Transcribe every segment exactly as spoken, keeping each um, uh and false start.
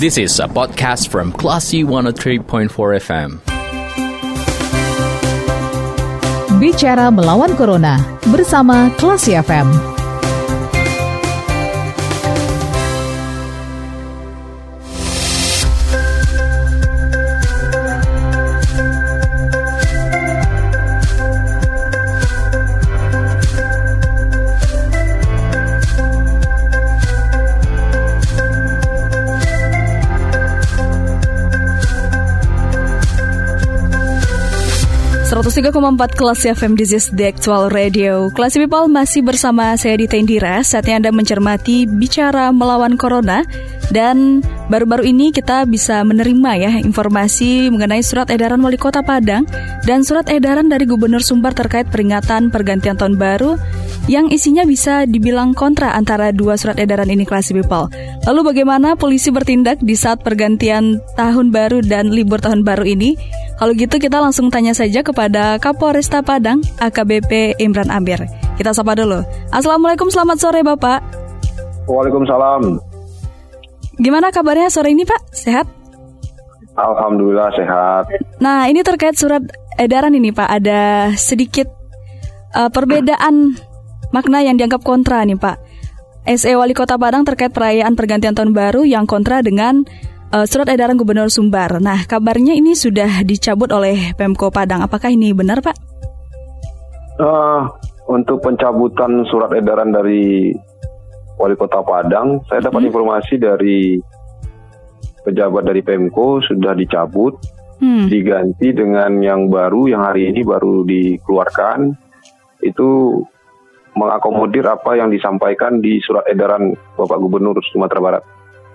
This is a podcast from Classy one oh three point four F M. Bicara melawan Corona bersama Classy F M. seratus tiga koma empat Classy F M, this is the actual radio. Classy People, masih bersama saya Dita Indira. Saatnya Anda mencermati Bicara Melawan Corona. Dan baru-baru ini kita bisa menerima ya informasi mengenai surat edaran Wali Kota Padang dan surat edaran dari Gubernur Sumbar terkait peringatan pergantian tahun baru yang isinya bisa dibilang kontra antara dua surat edaran ini, Classy People. Lalu bagaimana polisi bertindak di saat pergantian tahun baru dan libur tahun baru ini? Kalau gitu kita langsung tanya saja kepada Kapolresta Padang, A K B P Imran Amir. Kita sapa dulu. Assalamualaikum, selamat sore Bapak. Waalaikumsalam. Gimana kabarnya sore ini Pak? Sehat? Alhamdulillah sehat. Nah, ini terkait surat edaran ini Pak, ada sedikit uh, perbedaan makna yang dianggap kontra nih Pak. S E Wali Kota Padang terkait perayaan pergantian tahun baru yang kontra dengan Uh, surat edaran Gubernur Sumbar. Nah, kabarnya ini sudah dicabut oleh Pemko Padang. Apakah ini benar, Pak? Uh, untuk pencabutan surat edaran dari Wali Kota Padang, saya dapat hmm. informasi dari pejabat dari Pemko sudah dicabut, hmm. diganti dengan yang baru, yang hari ini baru dikeluarkan. Itu mengakomodir apa yang disampaikan di surat edaran Bapak Gubernur Sumatera Barat.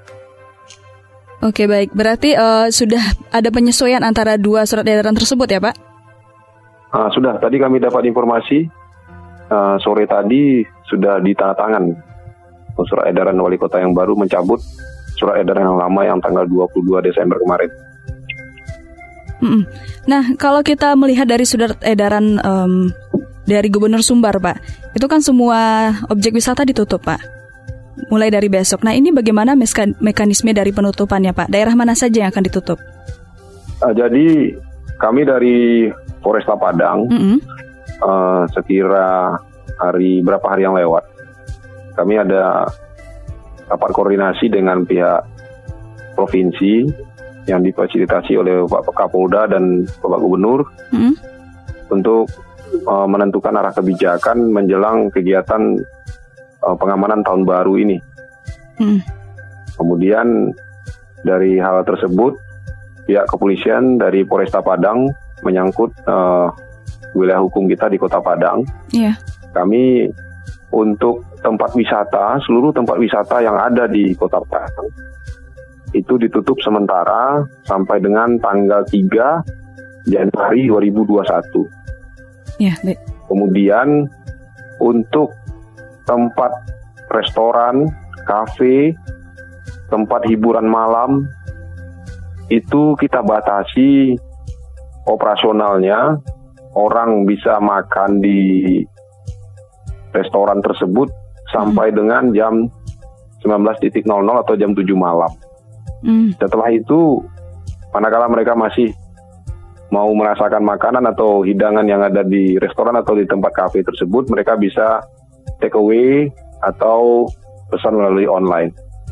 Oke, baik. Berarti uh, sudah ada penyesuaian antara dua surat edaran tersebut ya, Pak? Uh, sudah. Tadi kami dapat informasi uh, sore tadi sudah ditandatangan surat edaran Wali Kota yang baru mencabut surat edaran yang lama yang tanggal dua puluh dua Desember kemarin. Mm-mm. Nah, kalau kita melihat dari surat edaran um, dari Gubernur Sumbar, Pak, itu kan semua objek wisata ditutup, Pak, mulai dari besok. Nah, ini bagaimana meska- mekanisme dari penutupannya, Pak? Daerah mana saja yang akan ditutup? Uh, jadi kami dari Polresta Padang, mm-hmm. uh, sekira hari berapa hari yang lewat, kami ada rapat koordinasi dengan pihak provinsi yang difasilitasi oleh Bapak Kapolda dan Bapak Gubernur mm-hmm. untuk uh, menentukan arah kebijakan menjelang kegiatan pengamanan tahun baru ini. Hmm. Kemudian dari hal tersebut, pihak kepolisian dari Polresta Padang menyangkut uh, wilayah hukum kita di Kota Padang. Yeah. Kami untuk tempat wisata, seluruh tempat wisata yang ada di Kota Padang itu ditutup sementara sampai dengan tanggal tiga Januari dua ribu dua puluh satu. Yeah, baik. Kemudian untuk tempat restoran, kafe, tempat hiburan malam, itu kita batasi operasionalnya. Orang bisa makan di restoran tersebut sampai hmm. dengan jam sembilan belas atau jam tujuh malam. Hmm. Setelah itu, manakala mereka masih mau merasakan makanan atau hidangan yang ada di restoran atau di tempat kafe tersebut, mereka bisa take away atau pesan melalui online.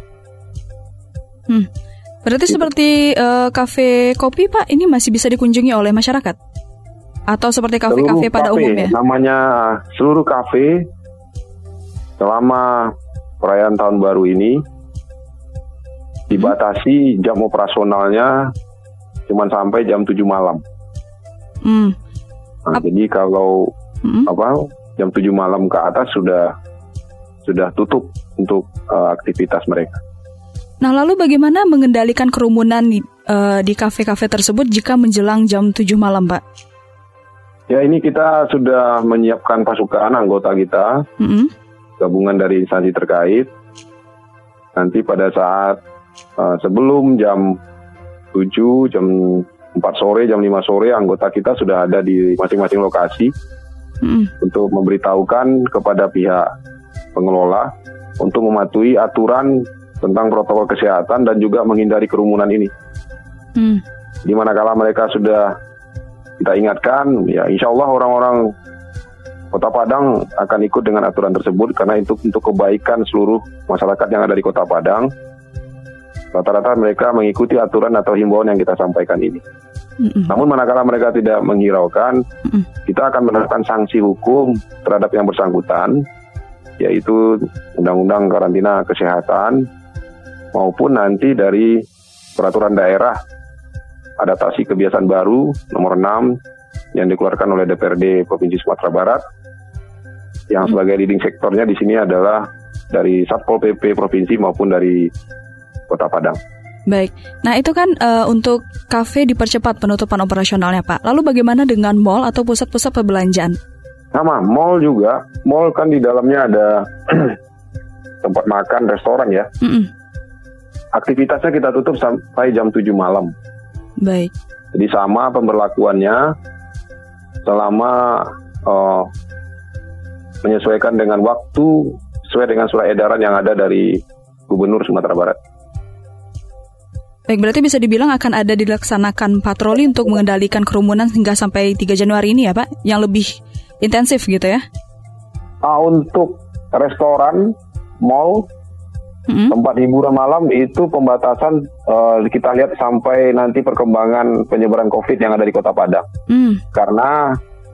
Hmm. Berarti itu. Seperti uh, kafe kopi, Pak, ini masih bisa dikunjungi oleh masyarakat? Atau seperti kafe-kafe pada kafe, umumnya? Namanya seluruh kafe selama perayaan tahun baru ini dibatasi hmm. jam operasionalnya cuma sampai jam tujuh malam. Hmm. Nah, Ap- jadi kalau hmm. apa jam tujuh malam ke atas sudah sudah tutup untuk uh, aktivitas mereka. Nah, lalu bagaimana mengendalikan kerumunan di, uh, di kafe-kafe tersebut jika menjelang jam tujuh malam, Pak? Ya, ini kita sudah menyiapkan pasukan anggota kita, mm-hmm. gabungan dari instansi terkait. Nanti pada saat uh, sebelum jam tujuh, jam empat sore, jam lima sore, anggota kita sudah ada di masing-masing lokasi. Hmm. Untuk memberitahukan kepada pihak pengelola untuk mematuhi aturan tentang protokol kesehatan dan juga menghindari kerumunan ini. Hmm. Di manakala mereka sudah kita ingatkan, ya insya Allah orang-orang Kota Padang akan ikut dengan aturan tersebut karena itu untuk kebaikan seluruh masyarakat yang ada di Kota Padang. Rata-rata mereka mengikuti aturan atau himbauan yang kita sampaikan ini. Mm-mm. Namun manakala mereka tidak menghiraukan, Mm-mm. kita akan menerapkan sanksi hukum terhadap yang bersangkutan, yaitu Undang-Undang Karantina Kesehatan maupun nanti dari Peraturan Daerah Adaptasi Kebiasaan Baru nomor enam yang dikeluarkan oleh D P R D Provinsi Sumatera Barat. Yang sebagai leading sektornya di sini adalah dari Satpol P P Provinsi maupun dari Kota Padang. Baik, nah itu kan uh, untuk kafe dipercepat penutupan operasionalnya Pak. Lalu bagaimana dengan mal atau pusat-pusat perbelanjaan? Sama, mal juga. Mal kan di dalamnya ada tempat makan, restoran ya. Mm-mm. Aktivitasnya kita tutup sampai jam tujuh malam. Baik. Jadi sama pemberlakuannya selama uh, menyesuaikan dengan waktu sesuai dengan surat edaran yang ada dari Gubernur Sumatera Barat. Baik, berarti bisa dibilang akan ada dilaksanakan patroli untuk mengendalikan kerumunan hingga sampai tiga Januari ini ya Pak? Yang lebih intensif gitu ya? Ah, untuk restoran, mall, mm-hmm. tempat hiburan malam itu pembatasan uh, kita lihat sampai nanti perkembangan penyebaran COVID yang ada di Kota Padang. Mm. Karena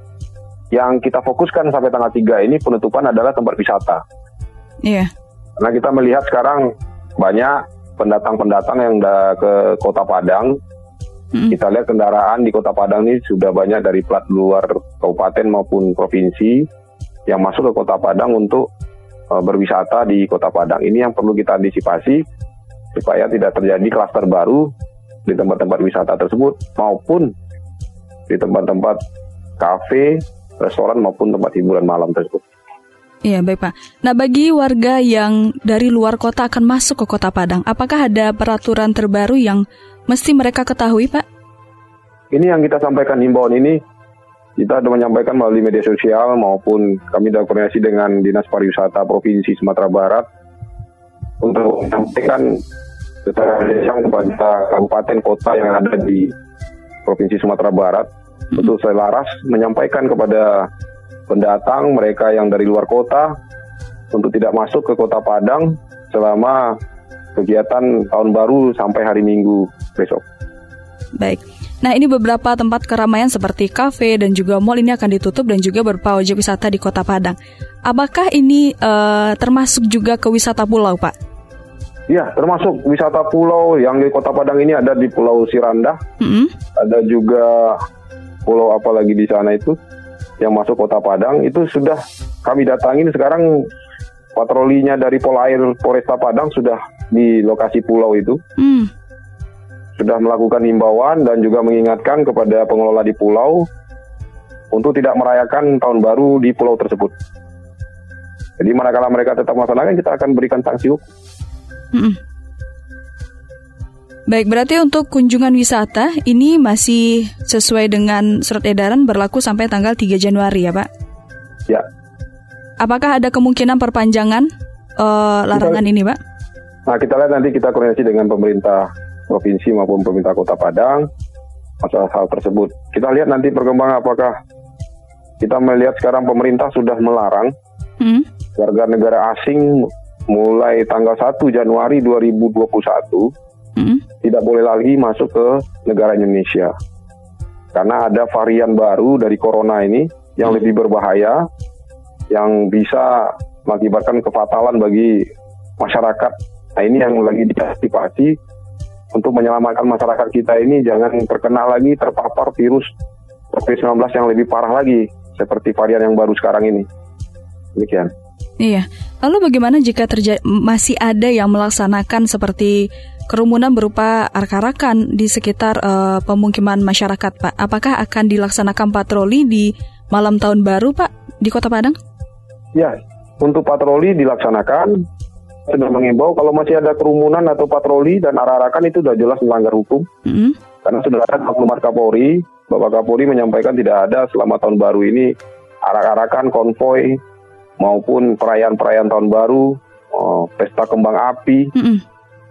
yang kita fokuskan sampai tanggal tiga ini penutupan adalah tempat wisata. Iya. Yeah. Karena kita melihat sekarang banyak pendatang-pendatang yang udah ke Kota Padang. Mm-hmm. Kita lihat kendaraan di Kota Padang ini sudah banyak dari plat luar kabupaten maupun provinsi yang masuk ke Kota Padang untuk uh, berwisata di Kota Padang. Ini yang perlu kita antisipasi supaya tidak terjadi klaster baru di tempat-tempat wisata tersebut maupun di tempat-tempat kafe, restoran maupun tempat hiburan malam tersebut. Iya, baik Pak. Nah, bagi warga yang dari luar kota akan masuk ke Kota Padang, apakah ada peraturan terbaru yang mesti mereka ketahui, Pak? Ini yang kita sampaikan himbauan ini, kita sudah menyampaikan melalui media sosial maupun kami sudah koordinasi dengan Dinas Pariwisata Provinsi Sumatera Barat untuk menyampaikan secara langsung kepada kabupaten kota yang ada di Provinsi Sumatera Barat hmm. untuk selaras menyampaikan kepada pendatang mereka yang dari luar kota untuk tidak masuk ke Kota Padang selama kegiatan tahun baru sampai hari Minggu besok. Baik. Nah, ini beberapa tempat keramaian seperti kafe dan juga mal ini akan ditutup dan juga beberapa objek wisata di Kota Padang. Apakah ini uh, termasuk juga ke wisata pulau, Pak? Ya, termasuk wisata pulau yang di Kota Padang ini ada di Pulau Sirandah. Mm-hmm. Ada juga pulau apa lagi di sana itu yang masuk Kota Padang, itu sudah kami datangin sekarang patrolinya dari Polair Polresta Padang sudah di lokasi pulau itu. Mm. Sudah melakukan himbauan dan juga mengingatkan kepada pengelola di pulau untuk tidak merayakan tahun baru di pulau tersebut. Jadi manakala mereka tetap melaksanakan, kita akan berikan sanksi hukum. Mm. Baik, berarti untuk kunjungan wisata ini masih sesuai dengan surat edaran berlaku sampai tanggal tiga Januari ya Pak? Ya. Apakah ada kemungkinan perpanjangan uh, larangan kita, ini Pak? Nah, kita lihat nanti kita koordinasi dengan pemerintah provinsi maupun pemerintah Kota Padang masalah hal tersebut. Kita lihat nanti perkembangan apakah kita melihat sekarang pemerintah sudah melarang hmm. warga negara asing mulai tanggal satu Januari dua ribu dua puluh satu Hmm. tidak boleh lagi masuk ke negara Indonesia karena ada varian baru dari corona ini yang hmm. lebih berbahaya yang bisa mengakibatkan kefatalan bagi masyarakat. Nah, ini yang lagi diantisipasi untuk menyelamatkan masyarakat kita ini jangan terkena lagi terpapar virus covid sembilan belas yang lebih parah lagi seperti varian yang baru sekarang ini. Demikian. Iya. Lalu bagaimana jika terja- masih ada yang melaksanakan seperti kerumunan berupa arak-arakan di sekitar uh, pemukiman masyarakat, Pak? Apakah akan dilaksanakan patroli di malam tahun baru, Pak, di Kota Padang? Ya, untuk patroli dilaksanakan. Sudah mengimbau kalau masih ada kerumunan atau patroli dan arak-arakan itu sudah jelas melanggar hukum. Mm-hmm. Karena sudah ada maklumat Kapolri, Bapak Kapolri menyampaikan tidak ada selama tahun baru ini arak-arakan, konvoy, maupun perayaan-perayaan tahun baru, oh, pesta kembang api, mm-hmm.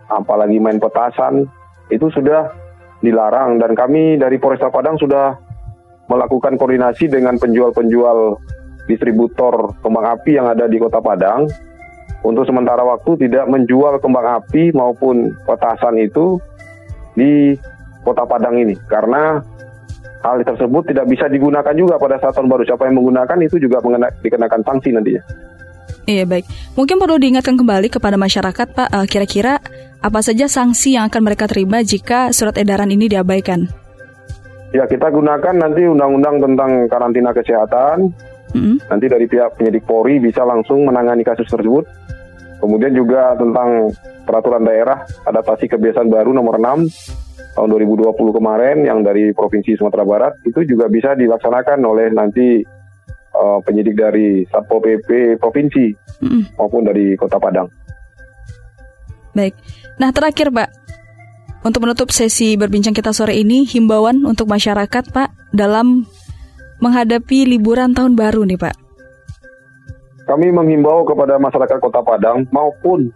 apalagi main petasan, itu sudah dilarang. Dan kami dari Polresta Padang sudah melakukan koordinasi dengan penjual-penjual distributor kembang api yang ada di Kota Padang untuk sementara waktu tidak menjual kembang api maupun petasan itu di Kota Padang ini, karena hal tersebut tidak bisa digunakan juga pada saat tahun baru. Siapa yang menggunakan itu juga mengena, dikenakan sanksi nantinya. Iya, baik. Mungkin perlu diingatkan kembali kepada masyarakat, Pak, uh, kira-kira apa saja sanksi yang akan mereka terima jika surat edaran ini diabaikan? Ya, kita gunakan nanti undang-undang tentang karantina kesehatan. Mm-hmm. Nanti dari pihak penyidik Polri bisa langsung menangani kasus tersebut. Kemudian juga tentang peraturan daerah adaptasi kebiasaan baru nomor enam tahun dua ribu dua puluh kemarin yang dari Provinsi Sumatera Barat, itu juga bisa dilaksanakan oleh nanti uh, penyidik dari Satpol P P Provinsi mm-hmm. maupun dari Kota Padang. Baik. Nah, terakhir, Pak, untuk menutup sesi berbincang kita sore ini, himbauan untuk masyarakat, Pak, dalam menghadapi liburan tahun baru nih, Pak. Kami menghimbau kepada masyarakat Kota Padang maupun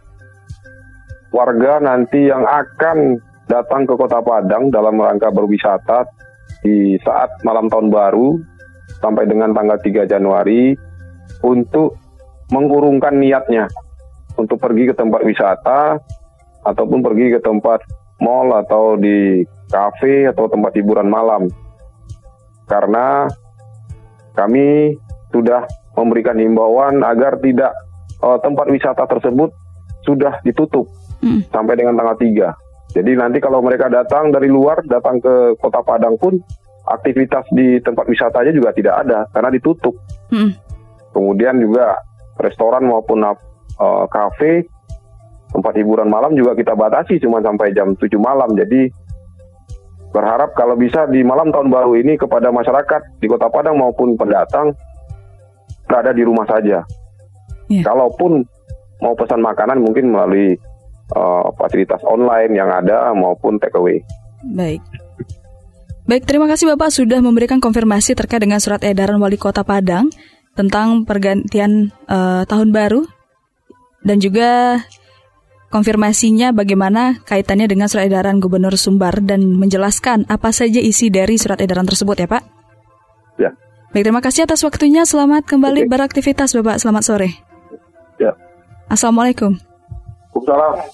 warga nanti yang akan datang ke Kota Padang dalam rangka berwisata di saat malam tahun baru sampai dengan tanggal tiga Januari untuk mengurungkan niatnya untuk pergi ke tempat wisata ataupun pergi ke tempat mall atau di kafe atau tempat hiburan malam. Karena kami sudah memberikan himbauan agar tidak uh, tempat wisata tersebut sudah ditutup hmm. sampai dengan tanggal tiga. Jadi nanti kalau mereka datang dari luar, datang ke Kota Padang pun aktivitas di tempat wisatanya juga tidak ada karena ditutup. Hmm. Kemudian juga restoran maupun uh, kafe, tempat hiburan malam juga kita batasi cuma sampai jam tujuh malam. Jadi berharap kalau bisa di malam tahun baru ini kepada masyarakat di Kota Padang maupun pendatang berada di rumah saja. Yeah. Kalaupun mau pesan makanan mungkin melalui uh, fasilitas online yang ada maupun take away. Baik. Baik, terima kasih Bapak sudah memberikan konfirmasi terkait dengan surat edaran Wali Kota Padang tentang pergantian uh, tahun baru dan juga konfirmasinya bagaimana kaitannya dengan surat edaran Gubernur Sumbar dan menjelaskan apa saja isi dari surat edaran tersebut ya Pak? Ya. Baik, terima kasih atas waktunya. Selamat kembali okay. beraktivitas Bapak. Selamat sore. Ya. Assalamualaikum. Waalaikumsalam.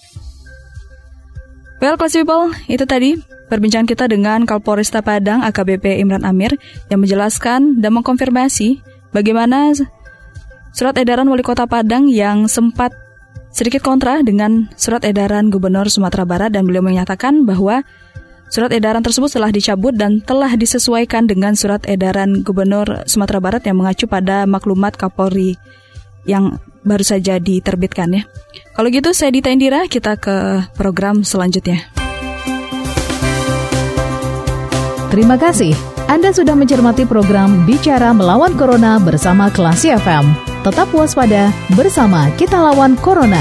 Well, classy people, itu tadi perbincangan kita dengan Kapolresta Padang A K B P Imran Amir yang menjelaskan dan mengkonfirmasi bagaimana surat edaran Wali Kota Padang yang sempat sedikit kontra dengan surat edaran Gubernur Sumatera Barat, dan beliau menyatakan bahwa surat edaran tersebut telah dicabut dan telah disesuaikan dengan surat edaran Gubernur Sumatera Barat yang mengacu pada maklumat Kapolri yang baru saja diterbitkan ya. Kalau gitu saya Dita Indira, kita ke program selanjutnya. Terima kasih. Anda sudah mencermati program Bicara Melawan Corona bersama Classy F M. Tetap waspada, bersama kita lawan Corona.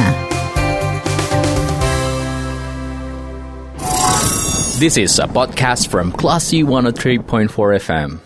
This is a podcast from Classy one oh three point four F M.